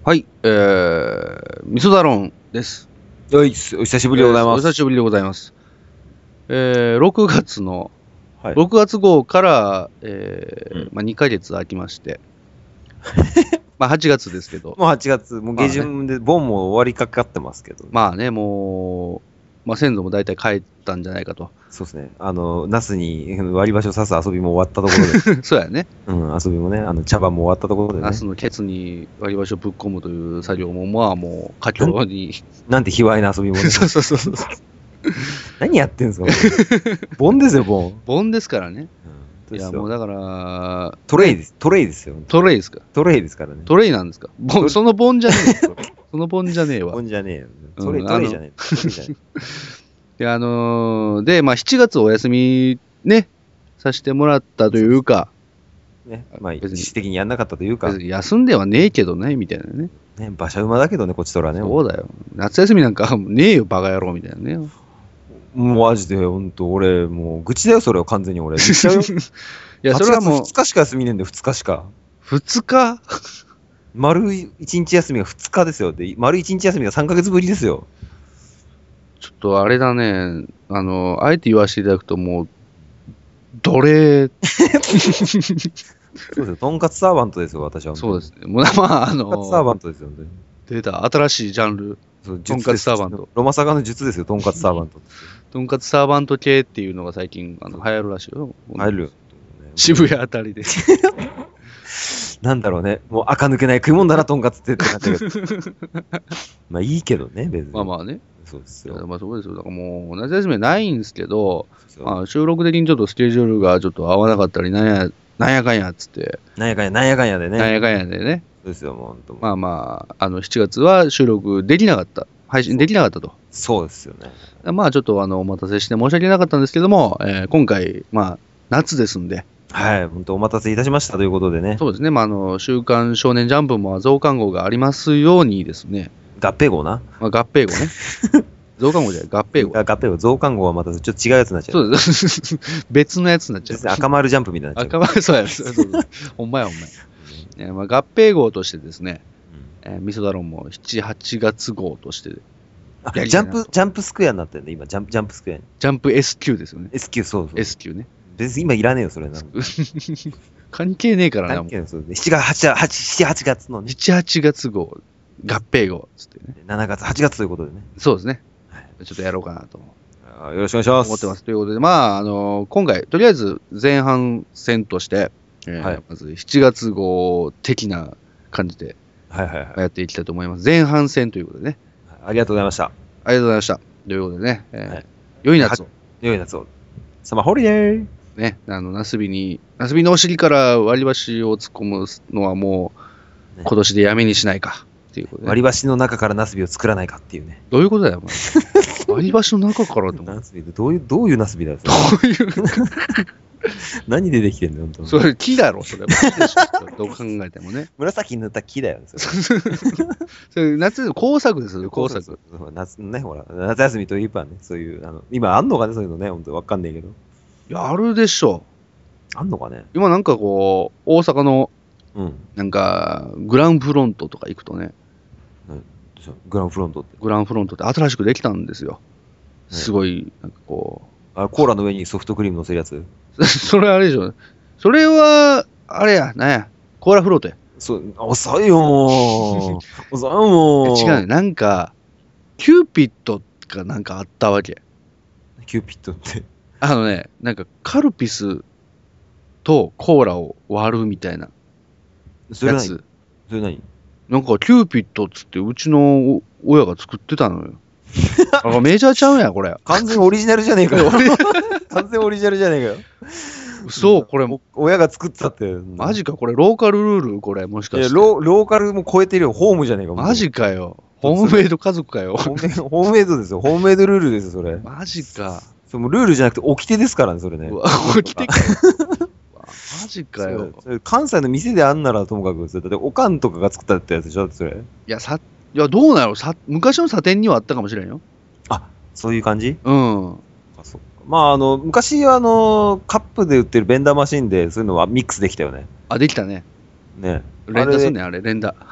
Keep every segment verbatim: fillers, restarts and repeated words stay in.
はい、えー、味噌ダロンです。 よいっす、お久しぶりでございます。 えーお久しぶりでございます。えー、ろくがつの、 はい、 ろくがつ号から、えーうんまあ、にかげつ空きまして、まあはちがつですけど、 もうはちがつ、もう下旬で、盆も終わりかかってますけど、 まあね、もう、まあ、先祖も大体帰ったんじゃないかと。 そうですね、あの、那須に割り箸を刺す遊びも終わったところで、 そうやね。 うん、遊びもね、あの茶番も終わったところでね、 ナスのケツに割り箸をぶっ込むという作業も、まあもう、佳境に。 なんて卑猥な遊びもね、 そうそうそうそう。 何やってんすか、盆ですよ、盆。 盆ですからね。 うん、 いや、もうだから、 トレイです、トレイですよ。 トレイですか。 トレイですからね。 トレイなんですか。盆その盆じゃねえよ。その盆じゃねえわ。 盆じゃねえよ。 うんトレイ、トレイじゃねえ。トレイじゃねで、あのーで、まあ、しちがつお休みね、させてもらったというか、 え。ね、まあ、 別に自主的にやんなかったというか、 別に休んではねえけどね、みたいなね。 ね、馬車馬だけどね、こっちとらね。 そうだよ。夏休みなんかねえよ、バカ野郎、みたいなね。 もうマジで、ほんと、俺、もう、愚痴だよ、それを完全に俺。言っちゃうよ。 いや、それはもうふつかしか休みねえんだよ、ふつかしか。 ふつか丸いちにち休みがふつかですよ。で、丸いちにち休みがさんかげつぶりですよ。 ちょっとあれだね、あの、あえて言わせていただくと、もう、奴隷。 そうですよ、とんかつサーバントですよ、私は。 そうですね。もうまあ、あの、 とんかつサーバントですよ、本当に。 出た、新しいジャンル。 そうとんかつサーバント。 ロマサガの術ですよ、とんかつサーバント。 とんかつサーバント系っていうのが最近あの流行るらしいよ。 入るよ。 渋谷あたりで。 なんだろうね。もう垢抜けない食い物だな、とんかつってってなっちゃうけど。まあいいけどね、別に。 まあまあね。 そうですよ。 まあそうですよ。だからもう、夏休みはないんですけど、 そうまあ、収録的にちょっとスケジュールがちょっと合わなかったり、なんや、なんやかんやっつって、 なんやかんや、なんやかんやでね。 なんやかんやでね。 そうですよ、もう本当。 まあまあ、あの、しちがつは収録できなかった。配信できなかったと。 そうですよね。 まあちょっとあの、お待たせして申し訳なかったんですけども、えー今回、まあ、夏ですんで、 はい、本当お待たせいたしましたということでね。 そうですね、まあ、あの、週刊少年ジャンプも増刊号がありますようにですね、 合併号な。 まあ、合併号ね。増刊号じゃない、合併号。 あ合併号、増刊号はまたちょっと違うやつになっちゃう。 そうです。別のやつになっちゃう。 赤丸ジャンプみたいになっちゃう。 赤丸、そうや、そうそうそうほんまや、ほんまや。えーまあ、合併号としてですね、えー、味噌だろんもしち、はちがつ号として、 あやりたいなジャンプ、ジャンプスクエアになってるね、今、ジャンプ、ジャンプスクエアに。 ジャンプ エスキュー ですよね。 エスキュー、そうそう。 エスキュー ね。 別に今いらねえよ、それな。 関係ねえからな、もう。 関係ないそうねしちがつ、はち、はちがつのね。 しち、はちがつ号、合併号、つってね。 しちがつ、はちがつということでね。 そうですね。 はいちょっとやろうかなとあよろしくお願いします。 思ってます。ということで、まあ、あの今回、とりあえず前半戦として、えーはいまずしちがつ号的な感じではいはいはい。 やっていきたいと思います。前半戦ということでね。 ありがとうございました。 ありがとうございました。ということでね、えーはい良い夏を。 良い夏を。サマーホリデー。 ね、あの、ナスビに、ナスビのお尻から割り箸を突っ込むのはもう、 ね今年でやめにしないか。っていうことで、ね。 割り箸の中からナスビを作らないかっていうね。 どういうことだよ、お前割り箸の中からって思う。 ナスビってどういう、どういうナスビだよ。それどういう、 何でできてんの本当に。 それ木だろ、それは。木でしょどう考えてもね。 紫塗った木だよ。それそれ夏、工作ですよ、工作。 そうそうそう夏ね、ほら、夏休みといえばね、そういう、あの、今あんのかね、そういうのね、本当わかんないけど。 いや、あるでしょ。 あんのかね。 今なんかこう、大阪の、 うん。 なんか、グランフロントとか行くとね、 グランフロントって。 グランフロントって新しくできたんですよ。 ねすごい、なんかこあコーラの上にソフトクリーム乗せるやつう。それあれでしょ。それは、あれや、なんや、コーラフロートや。 そう、遅いよもう。遅いよもう。 違うね。なんか、キューピッドがなんかあったわけ。 キューピッドって。 あのね、なんかカルピスとコーラを割るみたいなそれ何やつ。 それ何なんかキューピッドっつってうちの親が作ってたのよ。あメジャーちゃうんや、これ。 完全オリジナルじゃねえかよ。完全オリジナルじゃねえかよ。 そう、これ、 お親が作ったって。 マジか、これローカルルールこれ、もしかいやして。 ロローカルも超えてるよ。ホームじゃねえか。 マジかよ。ホームメイド家族かよ。 ホームメイドホームメイドですよ。ホームメイドルールですよ、それ。 マジか。 それもうルールじゃなくて、掟ですからね、それね。 うわ、起きてかよ。マジかよ。 それ関西の店であんならともかく、それだっておかんとかが作ったってやつでしょ、それ。 いや、さ、いや、どうなのさ、昔の査定にはあったかもしれんよ。 あ、そういう感じうん。 あ、そうか。まあ、あの、昔、あの、カップで売ってるベンダーマシンで、そういうのはミックスできたよね。 あ、できたね。 ね。 連打すんねん、あれ、連打。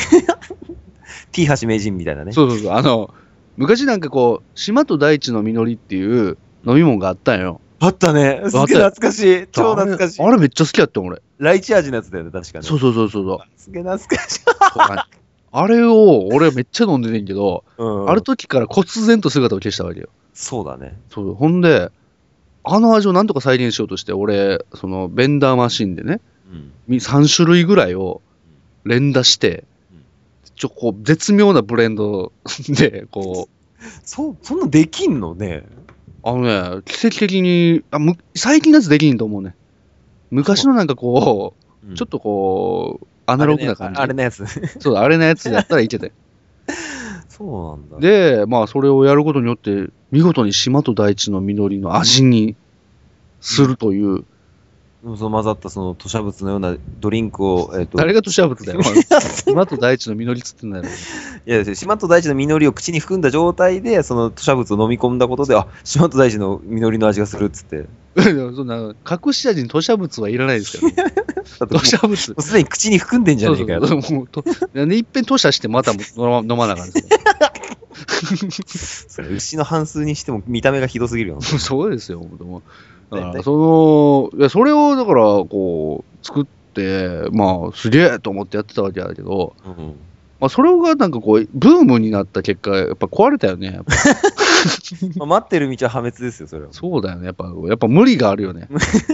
T 橋名人みたいなね。 そうそうそう。あの、昔なんかこう、島と大地の実りっていう飲み物があったんよ。 あったね。すげえ懐かしい。超懐かしい。 あれ、あれめっちゃ好きやったん、俺。 ライチ味のやつだよね、確かに。 そうそうそうそう。 すげえ懐かしい。 あれを、俺めっちゃ飲んでねんけど、 うん、 ある時から忽然と姿を消したわけよ。 そうだね。 そう。ほんで、あの味をなんとか再現しようとして、俺、その、ベンダーマシンでね、うん、さん種類ぐらいを連打して、うん、ちょ、こう、絶妙なブレンドで、こう。 そう、そんなできんのね。 あのね、奇跡的に、あむ最近のやつできんと思うね。昔のなんかこう、うん、ちょっとこう、アナログな感じ。 あれのやつ。 そう、あれのやつやったらいけて。 そうなんだ。 で、まあ、それをやることによって、見事に島と大地の実りの味にするという。うんうん、その混ざったその吐砂物のようなドリンクを、えー、と誰が吐砂物だよ。島と大地の実りっつってんだよ。 いや、島と大地の実りを口に含んだ状態で、その吐砂物を飲み込んだことで、あ、島と大地の実りの味がするっつって。 そんな隠し味に吐砂物はいらないですから、ね。吐砂物。 もうすでに口に含んでんじゃねえかよ。 そうそうそうもうといっぺん吐砂してまた飲まなあかんですよ。 それ牛の半数にしても見た目がひどすぎるよ。 そうですよ、でも。だからそのいやそれをだからこう作ってまあすげえと思ってやってたわけだけど、うんまあ、それがなんかこうブームになった結果やっぱ壊れたよね。やっぱまあ待ってる道は破滅ですよそれは。 そうだよね。やっぱやっぱ無理があるよね。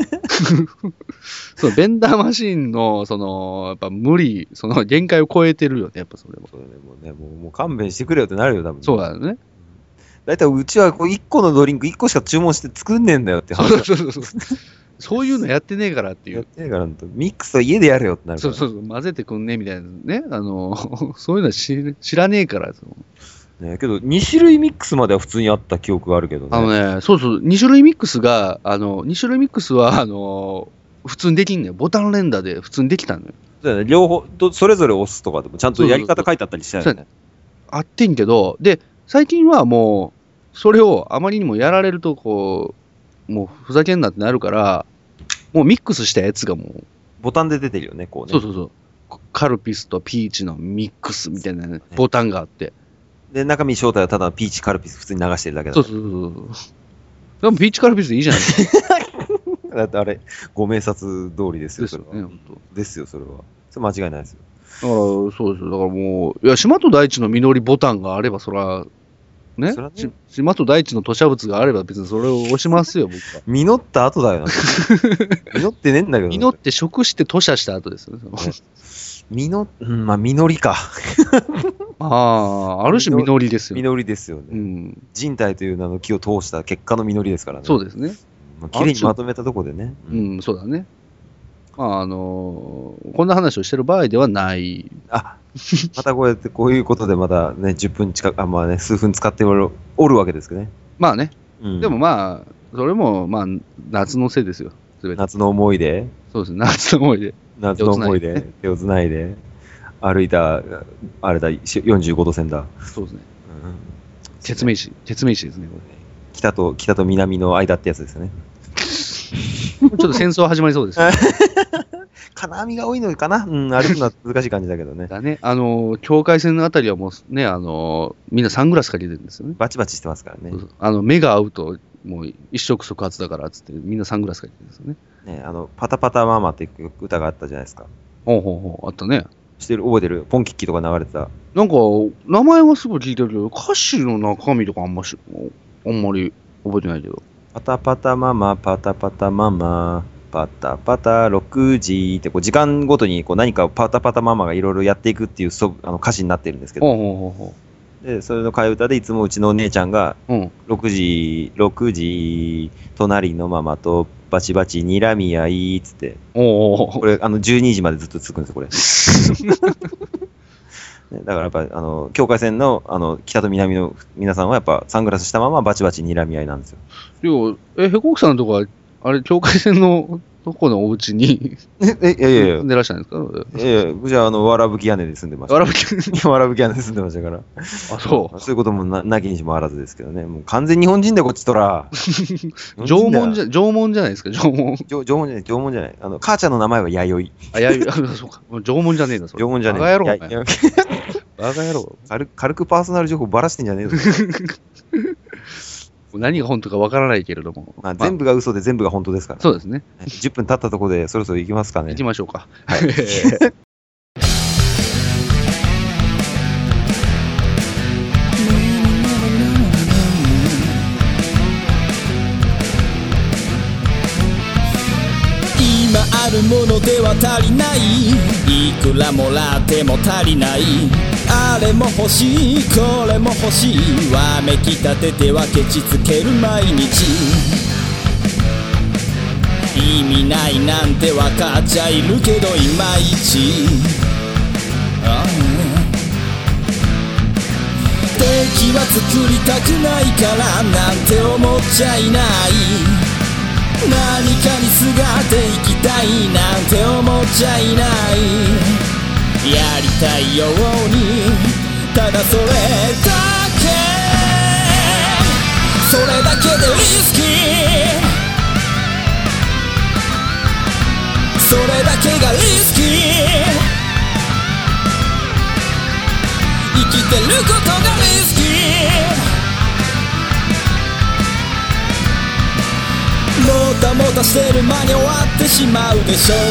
そのベンダーマシンのそのやっぱ無理その限界を超えてるよね。やっぱそれも。 そうねもうねもうもう勘弁してくれよってなるよ多分、ね。 そうだよね。 だいたいうちはこういっこのドリンクいっこしか注文して作んねえんだよって話。 そうそうそうそういうのやってねえからっていう。 やってねえからミックスは家でやれよってなるから。 そうそうそう混ぜてくんねえみたいなね。あのそういうのは知知らねえから。 ねけどに種類ミックスまでは普通にあった記憶があるけどね。 あのねそうそうに種類ミックスがあのに種類ミックスはあの普通にできんねん。ボタン連打で普通にできたのよ。 そうだね両方それぞれ押すとかでもちゃんとやり方書いてあったりしたよね。 あってんけどで最近はもうそれをあまりにもやられるとこうもうふざけんなってなるからもうミックスしたやつがもうボタンで出てるよねこうね。 そうそうそうカルピスとピーチのミックスみたいな、ね、ボタンがあってで中身正体はただピーチカルピス普通に流してるだけだ。 そうそうそうそうでもピーチカルピスでいいじゃないですか。 だってあれご明察通りですよそれは。 ですよね、 ですよそれは。それ間違いないですよ。 だからそうですよ。だからもういや島と大地の実りボタンがあればそらね、ね島と大地の吐砂物があれば別にそれを押しますよ僕は。 実った後だよな。実ってねえんだけど。 実って食して吐砂した後ですよね。 実の、うん、まあ実りか。 ああある種実りですよ。 実りですよね。うん、人体という名の木を通した結果の実りですからね。 そうですね。 まあ、きれいにまとめたとこでね。 うん、うん、そうだね。まああのー、こんな話をしてる場合ではない。 あまたこうやってこういうことでまたねじゅっぷん近くあまあね数分使っておる、おるわけですけどね。 まあね、うん、でもまあそれもまあ夏のせいですよ。 夏の思い出。 そうですね夏の思い出。 夏の思い出手をつないで歩いたあれだよんじゅうごど線だ。 そうですね。うん、鉄名詞鉄名詞ですねこれ。 北と北と南の間ってやつですよね。 ちょっと戦争始まりそうです、ね。 金網が多いのかな、うん、歩くのは難しい感じだけどね。 だね、あの境界線のあたりはもうね、あのみんなサングラスかけてるんですよね。 バチバチしてますからね。 あの目が合うと、もう一触即発だからっつって、みんなサングラスかけてるんですよね。 ねあのパタパタママっていう歌があったじゃないですか。 ほうほうほう、あったね。 してる、覚えてる？ポンキッキとか流れてた。 なんか、名前はすごい聞いてるけど、歌詞の中身とかあんまし、あんまり覚えてないけど。 パタパタママ、パタパタママ。パタパタろくじってこう時間ごとにこう何かをパタパタママがいろいろやっていくっていうそあの歌詞になってるんですけど、 ほうほうほうほうでそれの替え歌でいつもうちのお姉ちゃんがろくじ、ろくじ隣のママとバチバチ睨み合いっつっておおこれあのじゅうにじまでずっと続くんですよこれ。だからやっぱりあの境界線のあの北と南の皆さんはやっぱサングラスしたままバチバチ睨み合いなんですよ。 でもえへこくさんのとこはあれ境界線のそこのお家にえ、え、いやいやいや。 住んでらっしゃるんですか？ いやいや、じゃあ、あの、わらぶき屋根で住んでました。 わらぶきわらぶき屋根で住んでましたから。 あ、そう。 そういうこともな、なきにしもあらずですけどね。もう完全日本人でこっちとら。 縄文じゃ、縄文じゃないですか、縄文。 縄文じゃない、縄文じゃない。あの、母ちゃんの名前は弥生。 あ、やゆ、あ、そうか。縄文じゃねえな、それ。 縄文じゃねえ。 バカ野郎、おや前。 やバカ野郎。 軽く軽くパーソナル情報ばらしてんじゃねえぞ。 何が本当かわからないけれども。 まあ、全部が嘘で全部が本当ですから。 そうですね。 じゅっぷん経ったところでそろそろ行きますかね。 行きましょうか。 はい。 今あるものでは足りない、いくらもらっても足りない、あれも欲しいこれも欲しい、わめきたててはケチつける毎日、意味ないなんてわかっちゃいるけどいまいち、ああ敵は作りたくないからなんて思っちゃいない、何かにすがっていきたいなんて思っちゃいない、やりたいようにただそれだけ、それだけでリスキー、それだけがリスキー、生きてることがリスキー、もたもたしてる間に終わってしまうでしょう、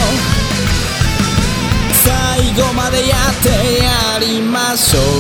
最後までやってやりましょう。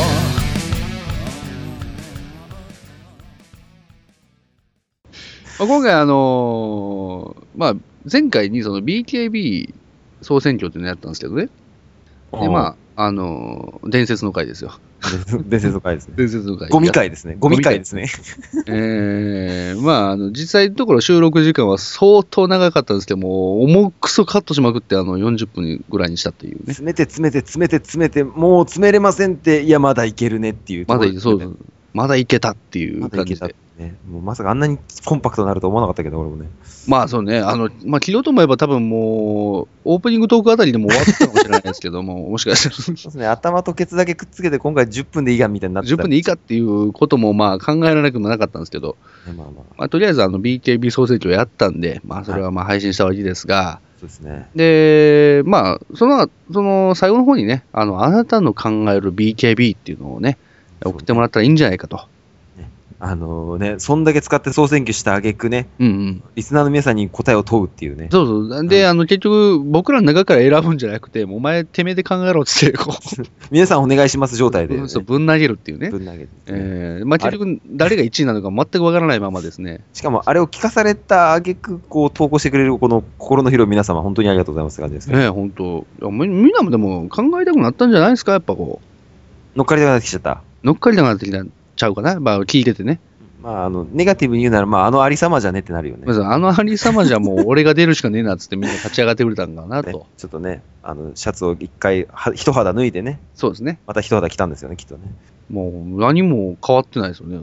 まあ、今回あのー、まあ前回にその ビーケービー 総選挙っていうのやったんですけどね。でまああのー、伝説の回ですよ。 伝説の回ですね。 伝説の回。 ゴミ回ですね。ゴミ回ですね。 えー、まあ、あの、実際のところ収録時間は相当長かったんですけども、重くそカットしまくって、あの、よんじゅっぷんぐらいにしたっていうね。 詰めて詰めて詰めて詰めて、もう詰めれませんって、いや、まだいけるねっていうとまだい、 ころですね。 そう、まだいけたっていう感じで。 ね、もうまさかあんなにコンパクトになると思わなかったけど、俺もね。 まあそうね、あの、まあ切ろうと思えば多分もう、オープニングトークあたりでも終わってたかもしれないですけども、もしかしたら。そうですね、頭とケツだけくっつけて、今回じゅっぷんでいいやみたいになってた。 じゅっぷんでいいかっていうこともまあ考えられなくもなかったんですけど、 ね、まあまあ。 まあとりあえずあの ビーケービー 総選挙やったんで、まあそれはまあ配信したわけですが、 はい、そうですね。 で、まあ、その、その最後の方にね、あの、あなたの考える ビーケービー っていうのをね、送ってもらったらいいんじゃないかと。 あのね、そんだけ使って総選挙した挙句ね、 うんうん、 リスナーの皆さんに答えを問うっていうね。 そうそう。で、はい、あの、結局、僕らの中から選ぶんじゃなくて、お前、てめえで考えろって、こう。 皆さんお願いします状態で、ね。 そう、ぶん投げるっていうね。 ぶん投げる、ね。 えー、まあ、結局、誰がいちいなのか全くわからないままですね。 しかも、あれを聞かされた挙句、こう、投稿してくれる、この心の広い皆様、本当にありがとうございますって感じですね。 ねえ、本当。みんなもでも、考えたくなったんじゃないですか、やっぱこう。乗っかりたくなってきちゃった。 乗っかりたくなってきちゃうかな。まあ、聞いててね。 まあ、あの、ネガティブに言うなら、まあ、あのありさまじゃねってなるよね。 まず、あのありさまじゃもう、俺が出るしかねえなっつってみんな立ち上がってくれたんかなと。 ね、ちょっとね、あの、シャツを一回、は一肌脱いでね。 そうですね。 また一肌着たんですよね、きっとね。 もう、何も変わってないですよね。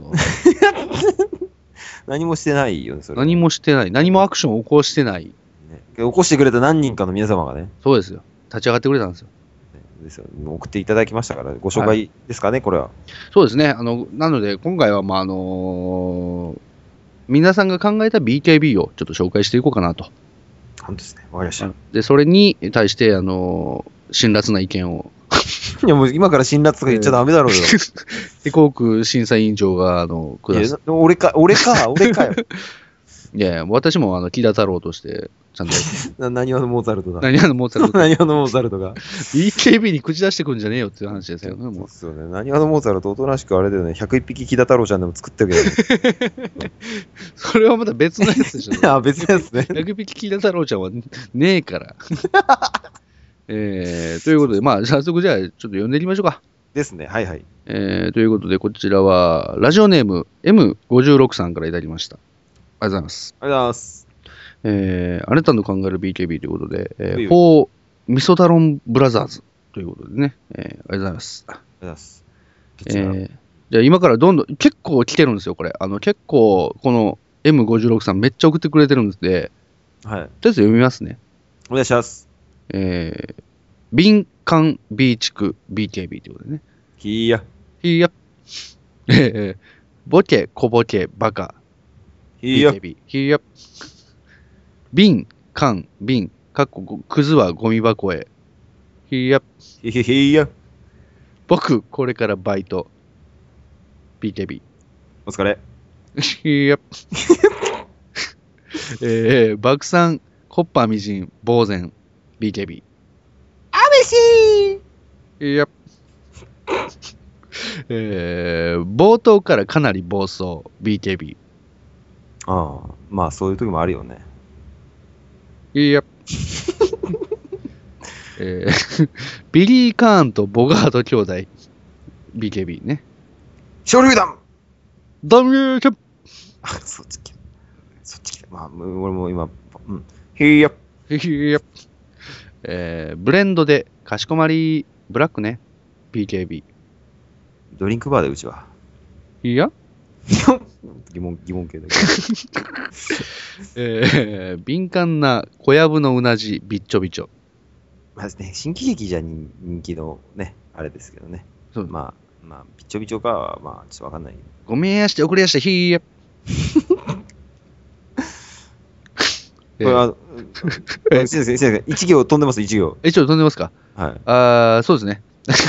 何もしてないよね、それ。 何もしてない。何もアクションを起こしてない。ね、 起こしてくれた何人かの皆様がね。 そうですよ。立ち上がってくれたんですよ。 ですよ送っていただきましたから、ご紹介ですかね、はい、これは。 そうですね。あの、なので、今回は、まあ、あのー、皆さんが考えた ビーケービー をちょっと紹介していこうかなと。 本当ですね。わかりました。 で、それに対して、あのー、辛辣な意見を。 いや、もう今から辛辣とか言っちゃダメだろうよ。 で、航空審査委員長が、あの、 下す。俺か、俺か、俺かよ。 いやいや、私も、あの、木田太郎として、ちゃんと。 何話のモーツァルトだ。 何話のモーツァルト何話のモーツァルトが。 ビーケービー に口出してくんじゃねえよっていう話ですよね、もう。 そうですよね。何話のモーツァルト、おとなしくあれだよね、ひゃくいっぴき木田太郎ちゃんでも作ってるけど、ね。 それはまた別のやつでしょ。 あ、別のやつね。 ひゃくいっぴき木田太郎ちゃんはねえから。えー、ということで、まあ、早速じゃあ、ちょっと読んでいきましょうか。 ですね、はいはい。 えー、ということで、こちらは、ラジオネーム エムごじゅうろく さんからいただきました。ありがとうございます。 ありがとうございます。 えー、あなたの考える ビーケービー ということで、えー、フォーミソタロンブラザーズということでね、えー、ありがとうございます。ありがとうございます。えー、じゃあ今からどんどん、結構来てるんですよ、これ。あの、結構、この エムごじゅうろく さんめっちゃ送ってくれてるんで、 はい。 とりあえず読みますね。 お願いします。 えー、敏感 B 地区 ビーケービー ということでね。 ひーや。 ひや。えー、ボケ、小ボケ、バカ。 ひーや。 ビーケービー。ひや。敏感、敏、かっこ、クズはゴミ箱へ。ひや。 ひひひーや。 僕、これからバイト。ビーケービー。 お疲れ。 ひや。えー、爆散、コッパみじん、呆然、ビーケービー。 あべしいや。えー、冒頭からかなり暴走、ビーケービー。ああ、まあそういう時もあるよね。 ー。いや。えー、ビリー・カーンとボガード兄弟、ビーケービー ね。 昇竜弾ダメーキャッあ、そっち来た。そっち来た。まあ、俺も今、うん。ひーや。 いや。えー、ブレンドで、かしこまり、ブラックね、ビーケービドリンクバーでうちは。 ー。いや。 疑問、疑問系だけえー、敏感な小籔のうなじ、びっちょびちょ。 まずね、新喜劇じゃ人気のね、あれですけどね。 そうまあ、まあ、びっちょびちょかは、まあ、ちょっとわかんない。 ごめんやして、遅れやして、ひーや。 これは、先生、先生、一行飛んでます、一行。 え、ちょっと飛んでますか？ はい。 あー、そうですね。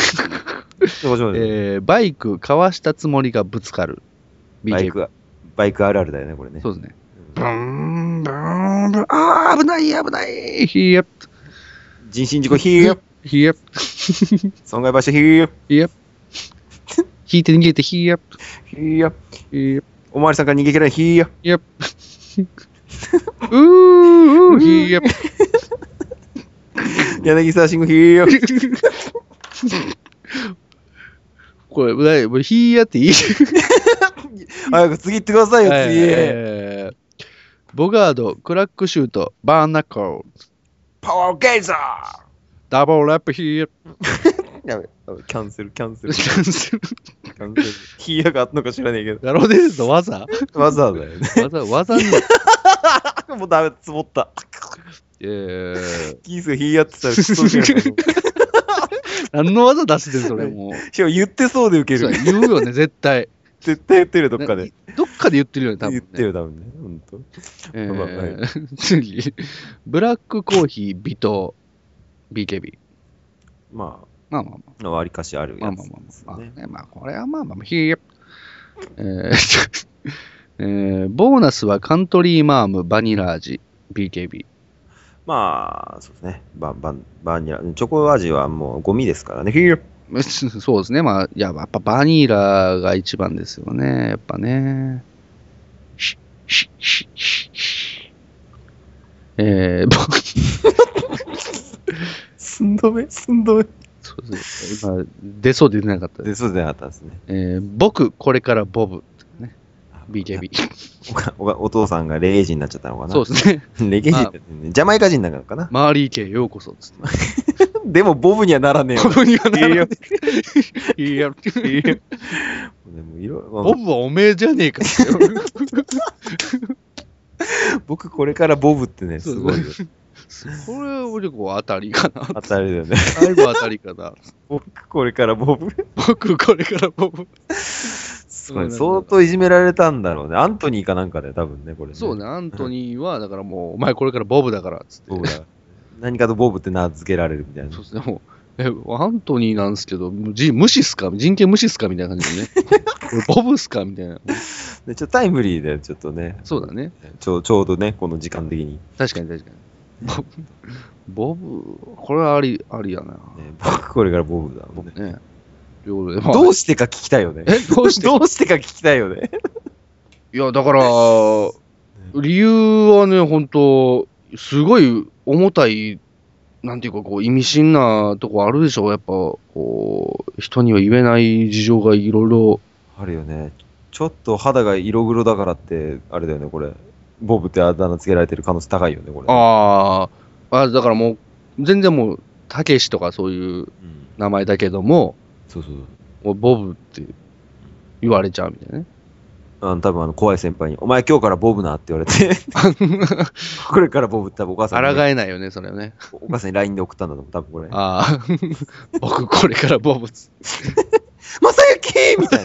えー、バイクかわしたつもりがぶつかる。 バイク、バイクあるあるだよね、これね。 そうですね。ブーン、ブーン、ブーン、あー、危ない、危ない、ひーや。 人身事故、ひーや。 ひーや。 損害賠償、ひーや。 ひーや。引いて逃げて、ひーや。 ひーや。 ひーや。 おまわりさんから逃げきれない、ひーや。 ひーや。うー、うー、ひーや。 柳沢慎吾、ひーや。 これ、もうひーやっていい？ 早く次行ってくださいよ、次。 えー、ボガード、クラックシュート、バーナッコー。 パワーゲイザーダブルラップヒー。 やべ、キャンセル、キャンセル。 キャンセル。 キャンセル。ヒーヤがあったのか知らねえけど。 やろうですと、技技だよね。 技、技に。 もうダメ、積もった。 えー、 キースがヒーヤって言ったら、そうしない。 何の技出してんそれ、もう。 しかも言ってそうで受ける。 言うよね、絶対。 絶対言ってるよ、どっかで。 どっかで言ってるよね、多分、ね。 言ってる、多分ね。ほんと。 えー、次。ブラックコーヒー、微糖、ビーケービー。 まあ、 まあまあまあ。 わりかしあるやつ、ね。 まあまあまあまあ。まあ、まあ、これはまあまあ、ひー。えー、えー、ボーナスはカントリーマーム、バニラ味、ビーケービー。 まあ、そうですね。バババニラ。チョコ味はもうゴミですからね。ひーそうですね。まあ、いや、やっぱバニラが一番ですよね。やっぱね。えー、僕、 寸止め寸止め。 そうですね。今、出そうで出なかった出そうでなかったですね。 えー、僕、これからボブ。ね、ビーケービーお, お, お父さんがレゲエ人になっちゃったのかな。 そうですね。 レゲエ人って、ね、ジャマイカ人なのかな。 マーリー家へようこそ。つってでも、ボブにはならねえよ。 ボブにはならねえよ。いや、いや。ボブはおめえじゃねえか。 僕、これからボブってね、すごいよ。 これは俺こう当たりかな。 当たりだよね。 最後当たりかな。 僕、これからボブ。 僕、これからボブ。 すごい、相当いじめられたんだろうね。アントニーかなんかで多分ね、これ、ね。 そうね、アントニーは、だからもう、お前これからボブだから、つって。 ボブだ。何かとボブって名付けられるみたいな。 そうですね、もう、え、アントニーなんですけど、じ無視っすか人権無視っすかみたいな感じでね。ボブっすかみたいな。 でちょっとタイムリーで、ちょっとね。 そうだね。 ちょちょうどね、この時間的に。 確かに確かに。ボブ、これはあり、ありやな。ね、 僕、これからボブだもんね。 ねどうしてか聞きたいよね。 えどうしてどうしてか聞きたいよね。 いや、だから、理由はね、本当すごい重たい、なんていうか、こう、意味深なとこあるでしょ。やっぱ、こう、人には言えない事情がいろいろ。 あるよね。ちょっと肌が色黒だからって、あれだよね、これ。ボブってあだ名つけられてる可能性高いよね、これ。 ああ、だからもう、全然もう、たけしとかそういう名前だけども、 うん、そうそうもうボブって言われちゃうみたいなね。 あの多分あの怖い先輩に、お前今日からボブなって言われて、これからボブって多分お母さんに。 抗えないよね、それはね。 お母さんに ライン で送ったんだと思う、多分これ。 ああ、僕これからボブツ。 まさゆきみたいな。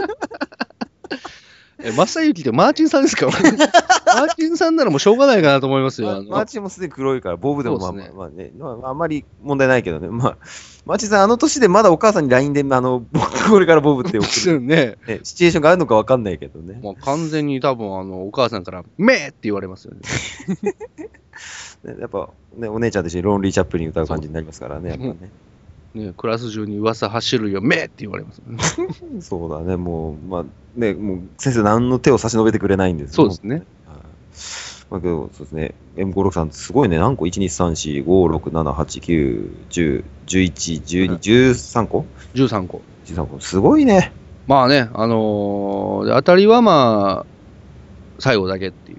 え、マサユキってマーチンさんですか？マーチンさんならもうしょうがないかなと思いますよ。あのマーチンもすでに黒いから、ボブでもまあまあ、 そうですねまあね、まあ、あんまり問題ないけどね。まあ、マーチンさん、あの年でまだお母さんに ライン で、あの、僕これからボブって送る、 ね、 ね、シチュエーションがあるのかわかんないけどね。 まあ、完全に多分あのお母さんから「めー」って言われますよね。 ねやっぱ、ね、お姉ちゃんと一緒にロンリーチャップリン歌う感じになりますからね、やっぱね。 ね、クラス中に噂走るよ「めー」って言われますよね。 そうだね、もう、まあ、ね、もう、先生何の手を差し伸べてくれないんですそうですね。 まあ、けど、そうですね。エムごじゅうろく さん、すごいね。何個 ?いち、に、さん、よん、ご、ろく、なな、はち、きゅう、じゅう、じゅういち、じゅうに、じゅうさんこ ? じゅうさんこ。 じゅうさんこ。すごいね。 まあね、あのー、当たりはまあ、最後だけっていう。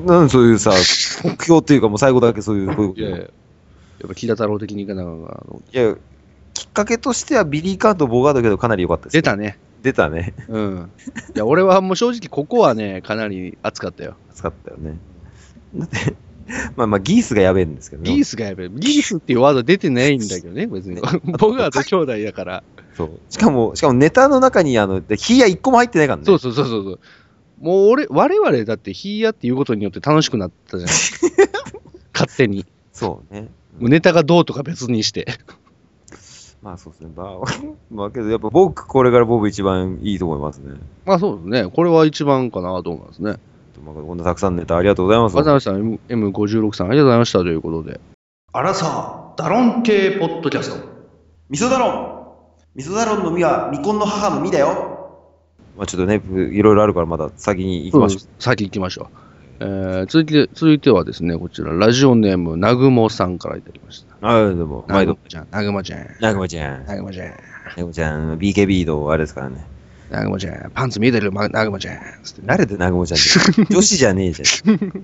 なんそういうさ、目標っていうかもう最後だけそういう、こういうこと。 いやいや、やっぱ木田太郎的にいかなかったあのいや、きっかけとしてはビリー・カーンとボガードけどかなり良かったです、 出たね。 出たね。 うん。いや、俺はもう正直ここはね、かなり熱かったよ。 熱かったよね。だって、まあまあギースがやべえんですけどね。 ギースがやべえ。ギースっていうワード出てないんだけどね、別に。ボガード兄弟だから。 そう。しかも、しかもネタの中にあの、ヒーヤいっこも入ってないからね。 そうそうそうそう。もう俺、我々だってヒーヤっていうことによって楽しくなったじゃん。勝手に。 そうね。 もうネタがどうとか別にして。 まあそうですね。まあ、まあけどやっぱ僕、これからボブ一番いいと思いますね。 まあそうですね。これは一番かなと思いますね。 まあ、こんなたくさんネタありがとうございます。 ありがとうございました。エムごじゅうろく さんありがとうございましたということで。あらさ、ダロン系ポッドキャスト。 味噌ダロン味噌ダロンの実は未婚の母の実だよ。まあちょっとね、いろいろあるからまだ先に行きましょう。 うん、先行きましょう。えー、続いて、続いてはですね、こちら、ラジオネーム、なぐもさんからいただきました。 ああ、でも、 毎度。なぐもちゃん。 なぐもちゃん。 なぐもちゃん。 なぐもちゃん、ビーケービー のあれですからね。 なぐもちゃん、パンツ見えてる、なぐもちゃん。 誰でなぐもちゃんって。女子じゃねえじゃん。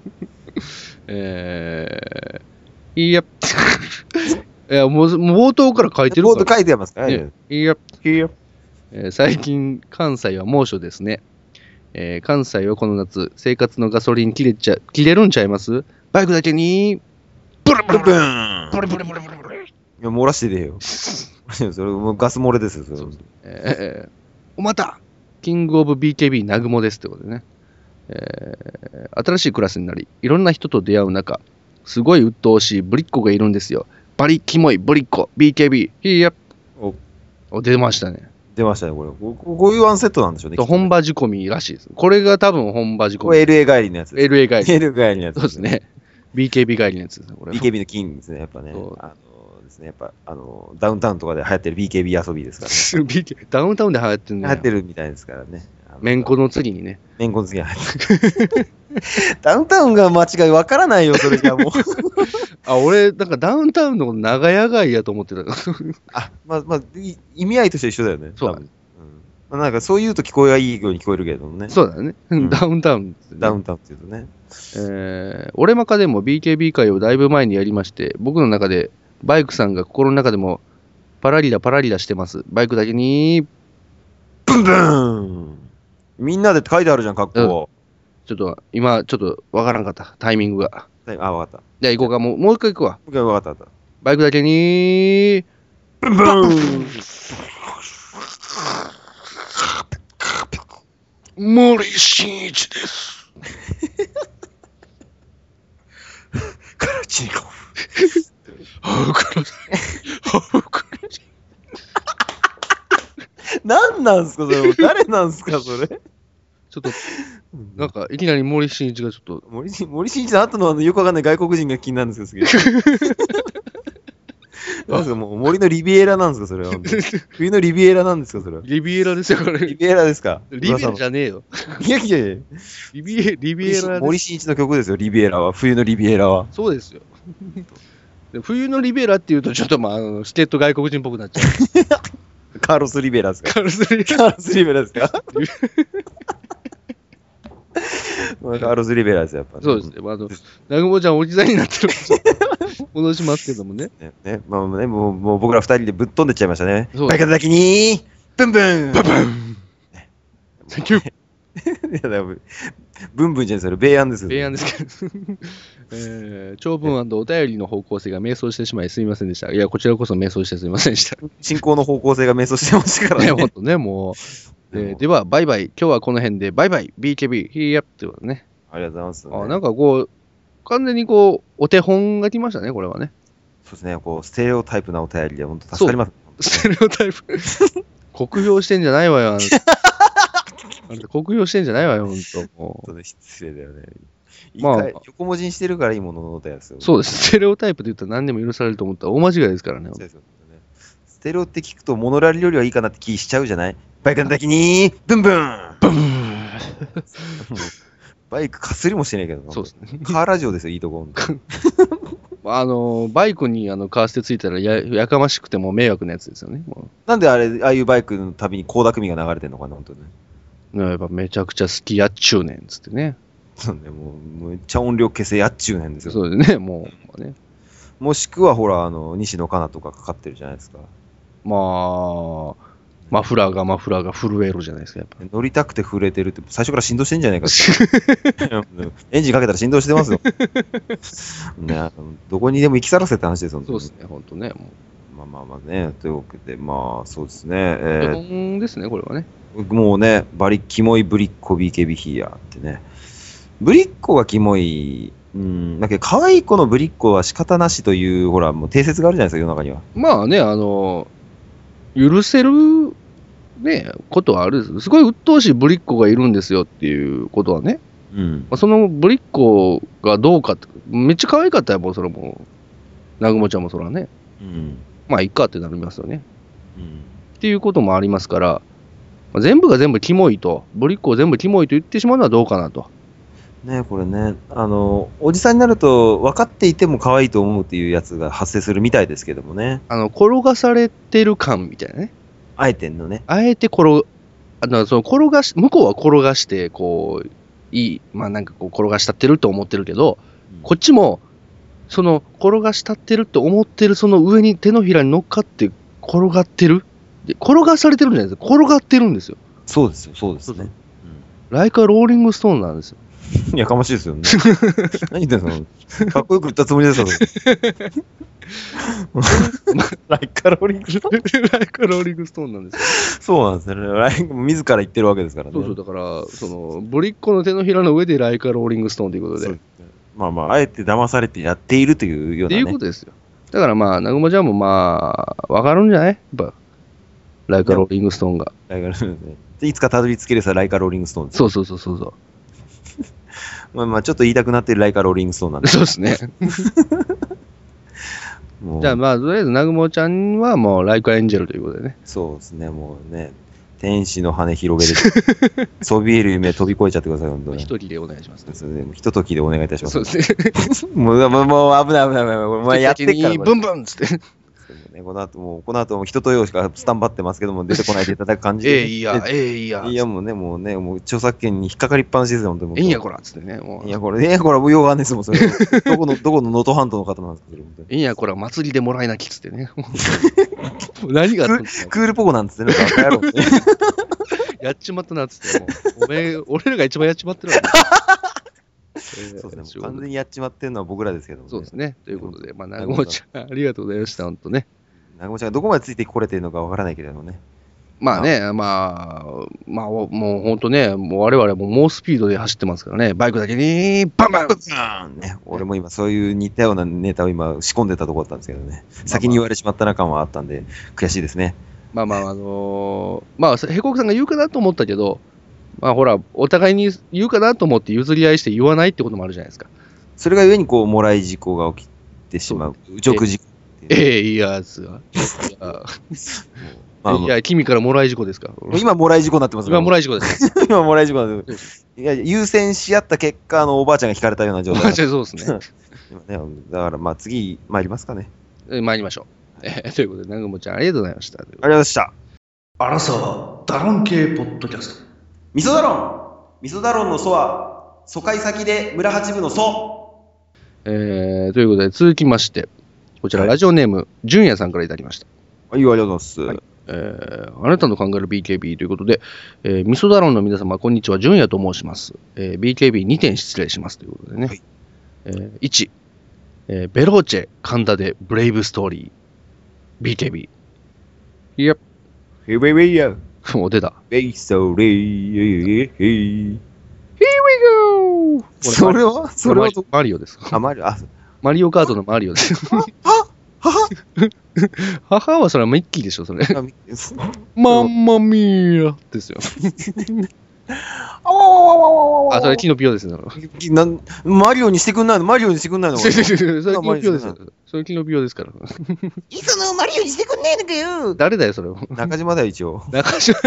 えー、いや、いや、もう、もう冒頭から書いてるから。 冒頭書いてますからね。いや、いや、えー、最近、関西は猛暑ですね。えー、関西はこの夏、生活のガソリン切れちゃ、切れるんちゃいます？バイクだけに、ブルブルブルブルブルブルブルブル。いや、漏らしてねえよ。それもうガス漏れですよ、それ。そうえー、おまた、キングオブ ビーケービー ナグモですってことでね。えー、新しいクラスになり、いろんな人と出会う中、すごい鬱陶しいブリッコがいるんですよ。バリキモいブリッコ、ビーケービー、ヒーヤッ。お、お、出ましたね。 出ましたね、これ。ここういうワンセットなんでしょうね。 本場仕込みらしいです。これが多分本場仕込み。 これ エルエー 帰りのやつです。 エルエー 帰り。 エルエー 帰りのやつ。 そうですね。ビーケービー 帰りのやつですね、これ。 ビーケービー の金ですね、やっぱね。あのですね、やっぱ、あの、ダウンタウンとかで流行ってる ビーケービー 遊びですからね。 ビーケー ダウンタウンで流行ってるね。 流行ってるみたいですからね。 めんこの次にね。 めんこの次に流行ってる。ダウンタウンが間違いわからないよ、それじゃもう。 あ、俺、なんかダウンタウンのこと長屋街やと思ってた。 あ、まあ、まあ、意味合いとして一緒だよね。 そうだね。 うん、なんかそう言うと聞こえがいいように聞こえるけどね。 そうだね。うん、ダウンタウン、ね。 ダウンタウンって言うとね。 えー、俺マカでも ビーケービー 会をだいぶ前にやりまして、僕の中でバイクさんが心の中でもパラリラパラリラしてます。バイクだけに、 ブンブンみんなでって書いてあるじゃん、格好。 ちょっと、今、ちょっとわからんかった。タイミングが。 あ、わかった。 じゃあ行こうか。もう、もう一回行くわ。 もう一回わかったわかった。 バイクだけに、 ブンブン森進一です。 カラチニコフ。 ハウクラハウクラ何なんすかそれ。誰なんすかそれ。 ちょっと、なんか、いきなり森進一がちょっと。 森進森進一の後のあのよくわかんない外国人が気になるんですけど、すげえ。なんですかもう森のリビエラなんですかそれは。冬のリビエラなんですかそれは。 リビエラですよ、これ。 リビエラですかリビエラじゃねえよ。 いやいやいや。 リビエリビエラです。 森進一の曲ですよ、リビエラは。冬のリビエラは。 そうですよ。冬のリビエラっていうと、ちょっとまあ、あの、助っ人外国人っぽくなっちゃう。 カーロス・リベラですかカーロス・リベラ。 カーロス・リベラですかカーロス・リベラですよ、やっぱ、ね。 そうですね。まあ、あの、南雲ちゃんおじさんになってる戻しますけどもね。 ね、ねまあね、もう、もう僕ら二人でぶっ飛んでっちゃいましたね。 そうバイカだけに、ブンブンブンブンセンキューやだよ、ブンブンじゃないですよ、米安ですよ。 米安ですけど、えー、長文&お便りの方向性が迷走してしまいすみませんでした。いや、こちらこそ迷走してすみませんでした。 進行の方向性が迷走してましたからね。 ね、ほんとね、もう。えー、では、バイバイ。今日はこの辺で、バイバイ。ビーケービー、ヒーアップってことね。 ありがとうございます、ね。 あ、なんかこう、完全にこう、お手本が来ましたね、これはね。 そうですね、こう、ステレオタイプなお便りで、本当助かります。 ステレオタイプ。酷評してんじゃないわよ、あの。あれ酷評してんじゃないわよ、ほんと。もう。 失礼だよね。 まあ、 横文字にしてるからいいもののですよ。 そうです。ステレオタイプって言ったら何でも許されると思ったら大間違いですからね。そうですよね。 ステレオって聞くとモノラルよりはいいかなって気しちゃうじゃない？バイクの時に、ブンブンブンバイクかすりもしてないけどな。 そうですね。 カーラジオですよ、いいとこ。 あの、バイクにあのカーステついたら や, やかましくても迷惑なやつですよね。もうなんであれ、ああいうバイクの旅に倖田來未が流れてんのかな、本当にね。 やっぱめちゃくちゃ好きやっちゅうねんつってね。 そうね、もう、めっちゃ音量消せやっちゅうねんですよ。 そうですね、もう、ね。 もしくはほら、あの、西野カナとかかかってるじゃないですか。 まあ、マフラーがマフラーが震えるじゃないですか、やっぱ。 乗りたくて震えてるって、最初から振動してんじゃないかってエンジンかけたら振動してますよ。ね、どこにでも行き去らせって話ですよ、 そうですね、ほんとね。もうまあまあまあね、というわけで、まあそうですね。 えー、基本ですね、これはね。 もうね、バリキモいブリッコ ビーケービー ヒーヤーってね。ブリッコがキモい、うん、だけど可愛い子のブリッコは仕方なしという、ほら、もう定説があるじゃないですか、世の中には。 まあね、あの、許せる、ね、ことはあるです。すごい鬱陶しいブリッコがいるんですよっていうことはね。 うん。 まあ、そのブリッコがどうかって、めっちゃ可愛かったらもうそれも、南雲ちゃんもそれはね。 うん。 まあ、いっかってなりますよね。 うん。 っていうこともありますから、まあ、全部が全部キモいと、ブリッコを全部キモいと言ってしまうのはどうかなと。 ね、これね、あの、おじさんになると分かっていても可愛いと思うっていうやつが発生するみたいですけどもね。 あの、転がされてる感みたいなね。 あえてんのね。 あえて転、あの、その転がし、向こうは転がして、こう、いい、まあなんかこう転がしたってると思ってるけど、うん、こっちも、その転がしたってると思ってるその上に手のひらに乗っかって転がってる。で転がされてるんじゃないですか。転がってるんですよ。 そうですよ、そうですね。 うん、ライカローリングストーンなんですよ。 やかましいですよね。何言ってんの？かっこよく言ったつもりですよ。ライカローリングストーンライカローリングストーンなんですよ。 そうなんですね。ライ自ら言ってるわけですからね。 そうそう、だから、その、ブリッコの手のひらの上でライカローリングストーンということで。 まあまあ、あえて騙されてやっているというような、ね。 っていうことですよ。だからまあ、南雲ちゃんもまあ、わかるんじゃない？やっぱ、ライカローリングストーンが。 ライカローリングストーンね。いつかたどり着けるさ、ライカローリングストーンです。 そうそうそうそうそう。 まあまあ、ちょっと言いたくなってるライカローリングストーンなんで。 そうですね。じゃあまあ、とりあえず、南雲ちゃんはもうライカエンジェルということでね。 そうですね、もうね、天使の羽広げる。そびえる夢飛び越えちゃってください、本当に。 一人でお願いします、ね。 そうですね、ひとときでお願いいたします。 そうですね。 もう、もう、もう危ない危ない危ない。お前やってっから。 ブンブンっつって。 ね、この後も、この後も人と用しかスタンバってますけども、出てこないでいただく感じで、ね。 ええ、いや、ええ、いや。 いや、もうね、もうね、もう著作権に引っかかりっぱなしですよ、本当に。 ええんやこらっつってね。もういや、これ、ええんやこら、ようがんですもん、それ。どこの、どこの能登半島の方なんですか、 ええんやこら、祭りでもらいなきっつってね。何があったんですか？ クールポコなんつってね、バカ野郎って。 やっちまったなっつって、もう。おめえ、俺らが一番やっちまってるわ。 そうですね、完全にやっちまってるのは僕らですけども、ね。 そうですね。ということで、まあ、南雲ちゃん、ありがとうございました、本当ね。 南雲ちゃんがどこまでついてこれてるのかわからないけれどもね。 まあね、まあ、まあ、もう本当ね、もう我々も猛スピードで走ってますからね、バイクだけに、バンバンバンね、俺も今、そういう似たようなネタを今、仕込んでたところだったんですけどね、先に言われちまったな感はあったんで、悔しいですね。 まあまあ、あのー、まあ、へこくさんが言うかなと思ったけど、まあほら、お互いに言うかなと思って譲り合いして言わないってこともあるじゃないですか。 それがゆえに、こう、もらい事故が起きてしまう、侮辱事故。 ええ、いいやつが。まあ、いや、君からもらい事故ですか。 今、もらい事故になってます今、もらい事故です。 今、もらい事故になってます。いや、優先し合った結果、あの、おばあちゃんが引かれたような状態。おばあちゃん、そうですね。 今ね、だから、まあ、次、参りますかね。 参りましょう。えー、ということで、南雲ちゃん、ありがとうございました。ありがとうございました。 アラサー、ダロン系ポッドキャスト。 味噌ダロン味噌ダロンのソは、疎開先で村八部のソ。 えー、ということで、続きまして、こちら、ラジオネーム、純也さんからいただきました。 はい、ありがとうございます。はい、 えー、あなたの考える ビーケービー ということで、えー、味噌だろんの皆様、こんにちは、純也と申します。えー、ビーケービーに 点失礼しますということでね。はい、えー、いち、えー、ベローチェ、神田でブレイブストーリー、ビーケービー。いや。 Here we go. もう出た。 ベイストーリー。Here we go! それはそれはマリオです。 あ、マリオ、あ、 マリオカートのマリオです。 は母母はそれはミッキーでしょ、それ。マンマミーアですよ。あ、それキノピオですね。 マリオにしてくんないのマリオにしてくんないのそれキノピオですよ。それキノピオですから。 いそのマリオにしてくんねえのかよ。 誰だよ、それ。 中島だよ、一応。 中島。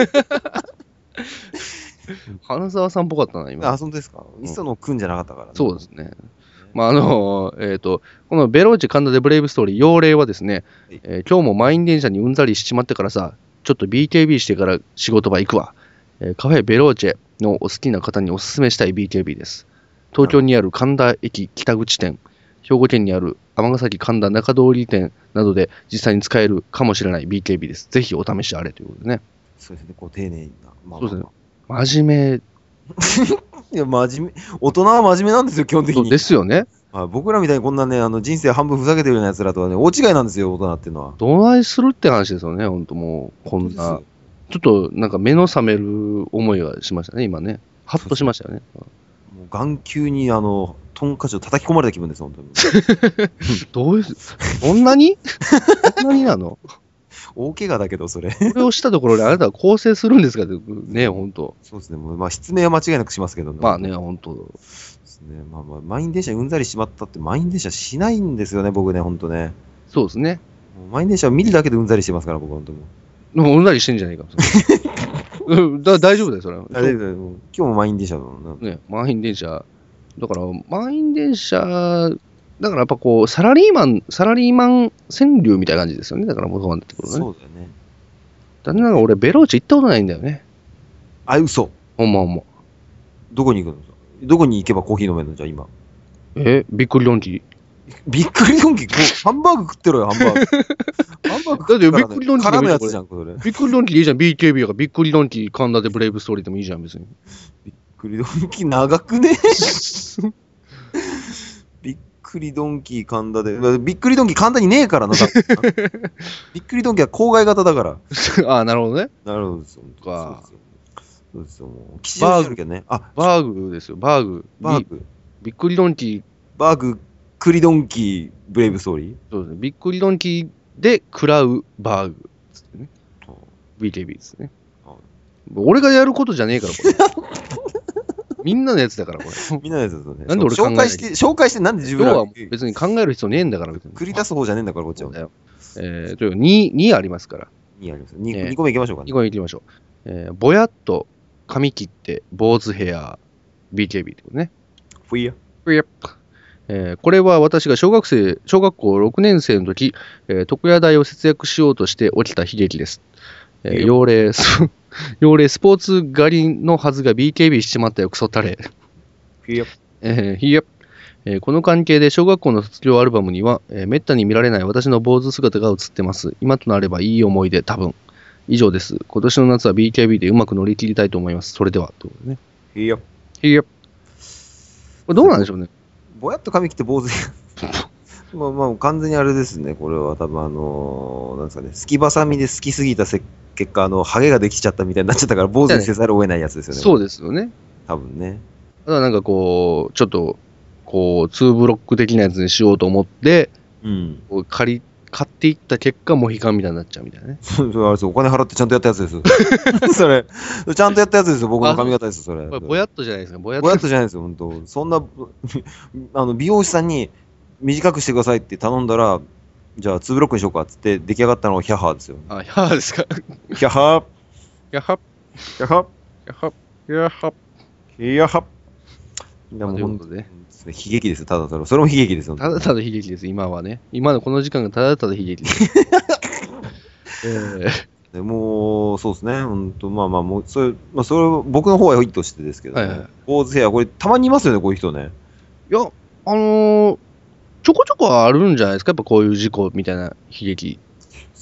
花沢さんっぽかったな、今。 あ、そうですか。磯野くんじゃなかったからね。 そうですね。まあ、あの、えっと、このベローチ神田でブレイブストーリー、用例はですね、えー、今日も満員電車にうんざりしちまってからさ、ちょっと ビーケービー してから仕事場行くわ。えー、カフェベローチェのお好きな方におすすめしたい ビーケービー です。東京にある神田駅北口店、兵庫県にある尼崎神田中通り店などで実際に使えるかもしれない ビーケービー です。ぜひお試しあれということでね。 そうですね、こう丁寧な。 まあ、そうですね。真面目。 いや、真面目。大人は真面目なんですよ、基本的に。 そうですよね。 あ、僕らみたいにこんなね、あの人生半分ふざけてるような奴らとはね、大違いなんですよ、大人っていうのは。 どないするって話ですよね、ほんともう、こんな。ちょっとなんか目の覚める思いがしましたね、今ね。ハッとしましたよね。 もう眼球にあの、トンカチを叩き込まれた気分です、本当に。 どういう、そんなにそんなになの大怪我だけど、それ。 これをしたところであなたは更生するんですかってね、ほんと。 そうですね、もうまあ、失明は間違いなくしますけどね。 まあね、ほんと。 ですね、まあまあ、満員電車にうんざりしまったって、満員電車しないんですよね、僕ね、ほんとね。 そうですね。 満員電車を見るだけでうんざりしてますから、僕はほんともう。もううんざりしてんじゃないか。だ大丈夫だよ、それは。 大丈夫だよ。今日も満員電車だもんな。ね、満員電車。だから、満員電車、だからやっぱこう、サラリーマン、サラリーマン川柳みたいな感じですよね。だからもうそうなってくるね。 そうだよね。 だってなんか俺、ベローチ行ったことないんだよね。 あ、嘘。 ほんまほんま。 どこに行くの？どこに行けばコーヒー飲めるのじゃあ今。 えびっくりドンキーびっくりドンキーハンバーグ食ってろよ、ハンバーグ。ハンバーグ食ってろ、ね。 だってびっくりドンキー。 絡むやつじゃん、これ。 びっくりドンキーでいいじゃん。ビーケービー やからびっくりドンキー、神田でブレイブストーリーでもいいじゃん、別に。 びっくりドンキー長くねびっくりドンキー神田で。びっくりドンキー神田にねえからな、びっくりドンキーは郊外型だから。 ああ、なるほどね。 なるほどですよ。 か。 そうですよ。もう吉祥寺あるけどね。あ、 バーグですよ、バーグ。 バーグ。 びっくりドンキー。 バーグ、クリドンキー、ブレイブストーリー？ そうですね。びっくりドンキーで食らうバーグつってね。ビーケービー ですね。俺がやることじゃねえから、これ。みんなのやつだから、これ。 みんなのやつだね。 なんで俺考え紹介して、紹介してなんで自分らは別に考える必要ねえんだから、別に。 繰り出す方じゃねえんだから、こっちは。 えー、というかに、にありますから。 にあります。に、えー、にこめいきましょうかね。 にこめいきましょう。えー、ぼやっと髪切って坊主ヘア ビーケービー ってことね。 ふいや。 ふいや。えー、これは私が小学生、小学校ろくねん生の時、えー、床屋代を節約しようとして起きた悲劇です。えー、幼霊、幼霊スポーツ狩りのはずが ビーケービー しちまったよ、クソタレ。 ひや。 えー、ひや。えー、この関係で小学校の卒業アルバムには、えー、めったに見られない私の坊主姿が写ってます。今となればいい思い出、多分。以上です。今年の夏は ビーケービー でうまく乗り切りたいと思います。それでは。ということでね。 ひや。 ひや。これどうなんでしょうね。 ぼやっと髪切って坊主まあまあ完全にあれですね。これは多分あのー、なんですかね、すきばさみで好きすぎたせ結果、あの、ハゲができちゃったみたいになっちゃったから、坊主にせざるを得ないやつですよね。 そうですよね。 多分ね。 ただなんかこう、ちょっと、こう、ツーブロック的なやつにしようと思って、 うん。 こう借り、買っていった結果、モヒカンみたいになっちゃうみたいなね。 それあれですお金払ってちゃんとやったやつですよ。それ、ちゃんとやったやつですよ、僕の髪型ですよ、それ。 これ、ぼやっとじゃないですか、ぼやっと。 ぼやっとじゃないですよ、本当そんな、あの、美容師さんに短くしてくださいって頼んだら、じゃあ、ツーブロックにしようかっつって出来上がったのがヒャハーですよ。 あ、ヒャハーですか。 ヒャハー。 ヒャハー。 ヒャハー。 ヒャハー。ヒャハー。 ヒャハー。でも本当ね。悲劇ですよ、ただただ。それも悲劇ですよ。 ただただ悲劇です、今はね。今のこの時間がただただ悲劇です。えー、 でもう、そうですね。本当まあまあ、もう、それ、まあ、それ、僕の方はいいとしてですけどね。はいはい、坊主ヘア、これ、たまにいますよね、こういう人ね。 いや、あのー、ちょこちょこあるんじゃないですか、やっぱこういう事故みたいな悲劇。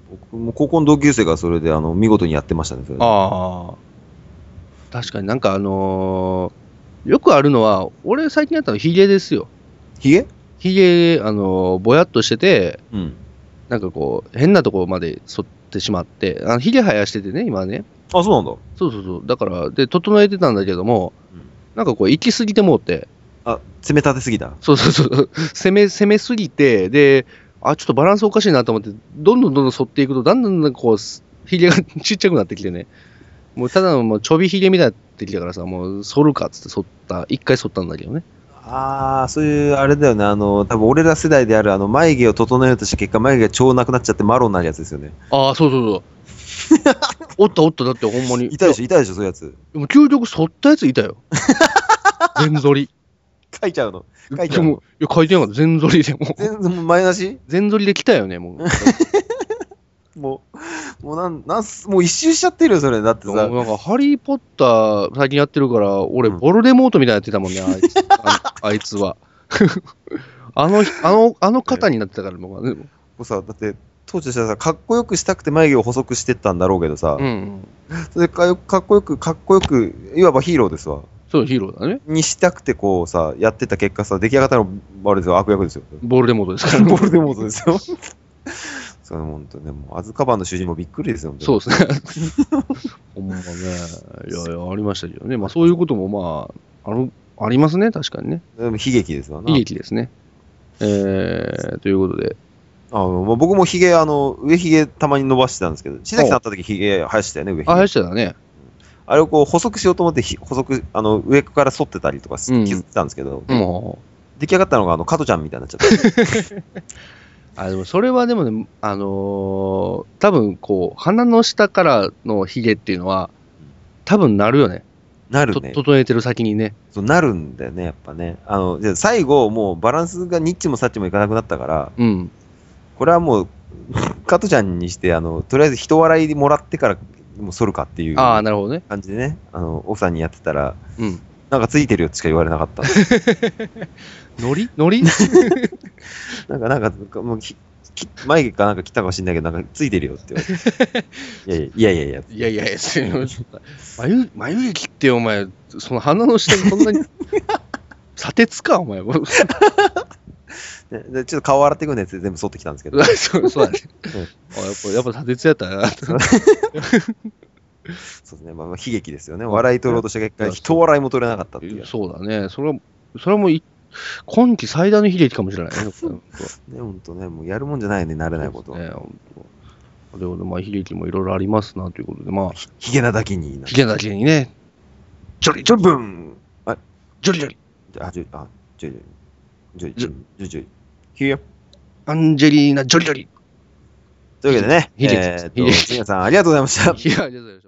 僕も高校の同級生がそれであの見事にやってましたね。それでああ。確かになんかあのー、よくあるのは、俺最近やったのヒゲですよ。 ヒゲ？ ヒゲ、あのー、ぼやっとしてて、 うん。 なんかこう、変なところまで剃ってしまって、あのヒゲ生やしててね、今ね。 あ、そうなんだ。 そうそうそう。だから、で、整えてたんだけども、うん、なんかこう、行き過ぎてもうて。 あ、攻め立てすぎた。 そうそうそう。攻め、攻めすぎて、で、あ、ちょっとバランスおかしいなと思って、どんどんどんどん剃っていくと、だんだんこう、ヒゲがちっちゃくなってきてね。もうただのもうちょびヒゲみたいになってきたからさ、もう剃るかっつって剃った、一回剃ったんだけどね。 ああ、そういう、あれだよね、あの、多分俺ら世代である、あの、眉毛を整えようとした結果、眉毛が超なくなっちゃってマロンになるやつですよね。 ああ、そうそうそう。おったおった、だってほんまに。 いたでしょ、いたでしょ、そういうやつ。 でも究極剃ったやついたよ。全剃り。 書いちゃうの。書いちゃうの。いや、書いてなかった、全剃りでも。 全然、前なし全剃りで来たよね、もう。もう、もうなん、なんす、もう一周しちゃってるよ、それ。だってさ。 なんか、ハリー・ポッター最近やってるから、俺、ボルデモートみたいにやってたもんね、あいつあ、あいつは。あの、あの、あの方になってたから、もう、ね。もうさ、だって、当時はさ、かっこよくしたくて眉毛を細くしてったんだろうけどさ。 うん、うん。 それでか、かっこよく、かっこよく、いわばヒーローですわ。 そう、ヒーローだね。 にしたくてこうさ、やってた結果さ、出来上がったの、あれですよ、悪役ですよ。 ボルデモートですから、 ボルデモートですよ。そう、本当ね、もう、アズカバンの主人もびっくりですよ、 そうですね。ほんまね。いやいや、ありましたけどね。まあ、そういうことも、まあ、あの、ありますね、確かにね。 でも悲劇ですわな。 悲劇ですね。えー、ということで。 あの僕もヒゲ、あの、上ヒゲたまに伸ばしてたんですけど、白木さん会った時ヒゲ生やしてたよね、上ヒゲ。 あ、生やしてたね。 あれをこう細くしようと思って細く、あの、上から反ってたりとか削ってたんですけど、うん、出来上がったのが、あの、加トちゃんみたいになっちゃった。 あ、でもそれはでもね、あのー、多分こう、鼻の下からのヒゲっていうのは、多分なるよね。 なるね。 整えてる先にね。 そう、なるんだよね、やっぱね。あの、じゃ最後、もうバランスがニッチもサッチもいかなくなったから、 うん。 これはもう、加トちゃんにして、あの、とりあえず人笑いもらってから、もう剃るかっていうああ、なるほどね。 感じでね、あの、奥さんにやってたら、 うん、 なんかついてるよってしか言われなかった。 ノリノリなんか、なんか、もうき、き眉毛かなんか切ったかもしれないけど、なんかついてるよって言われて。いやいやいやいや。 いやいやいや、眉、眉毛切ってお前、その鼻の下にそんなに、砂鉄か、お前。 でちょっと顔洗っていくんで全部剃ってきたんですけど。 そうそうだね。あやっぱ、やっぱ砂鉄やったな。 そうですね。まあ、悲劇ですよね。笑い取ろうとした結果、人笑いも取れなかったっていう。 そうだね。それは、それはもうい、今季最大の悲劇かもしれないね。 ね、ほんとね。もうやるもんじゃないね、慣れないこと。 ね、ほんと。でも、まあ、悲劇もいろいろありますな、ということで、まあ。 ヒゲなだけに。 ヒゲなだけにね。 ジョリジョリブンあ、 ジョリジョリ。 あ、ジョリ、あ、ジョリジョリ。ジョリジョリ。ジョリ。ヒゲアンジェリーナ・ジョリジョリ。 というわけでね、 えー、っと、皆さんありがとうございました。 いや、ありがとうございました。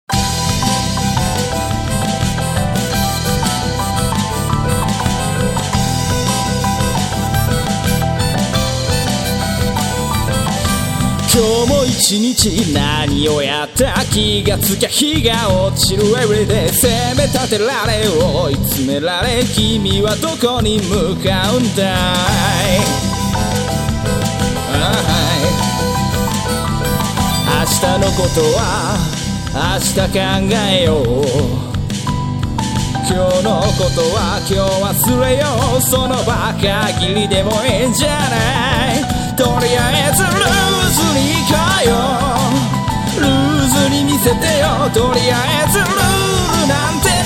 今日も一日何をやった気がつきゃ日が落ちる Everyday 責め立てられ追い詰められ君はどこに向かうんだい、明日のことは明日考えよう今日のことは今日忘れようその場限りでもいいんじゃないとりあえずルーズに行こうよルーズに見せてよとりあえずルールなんて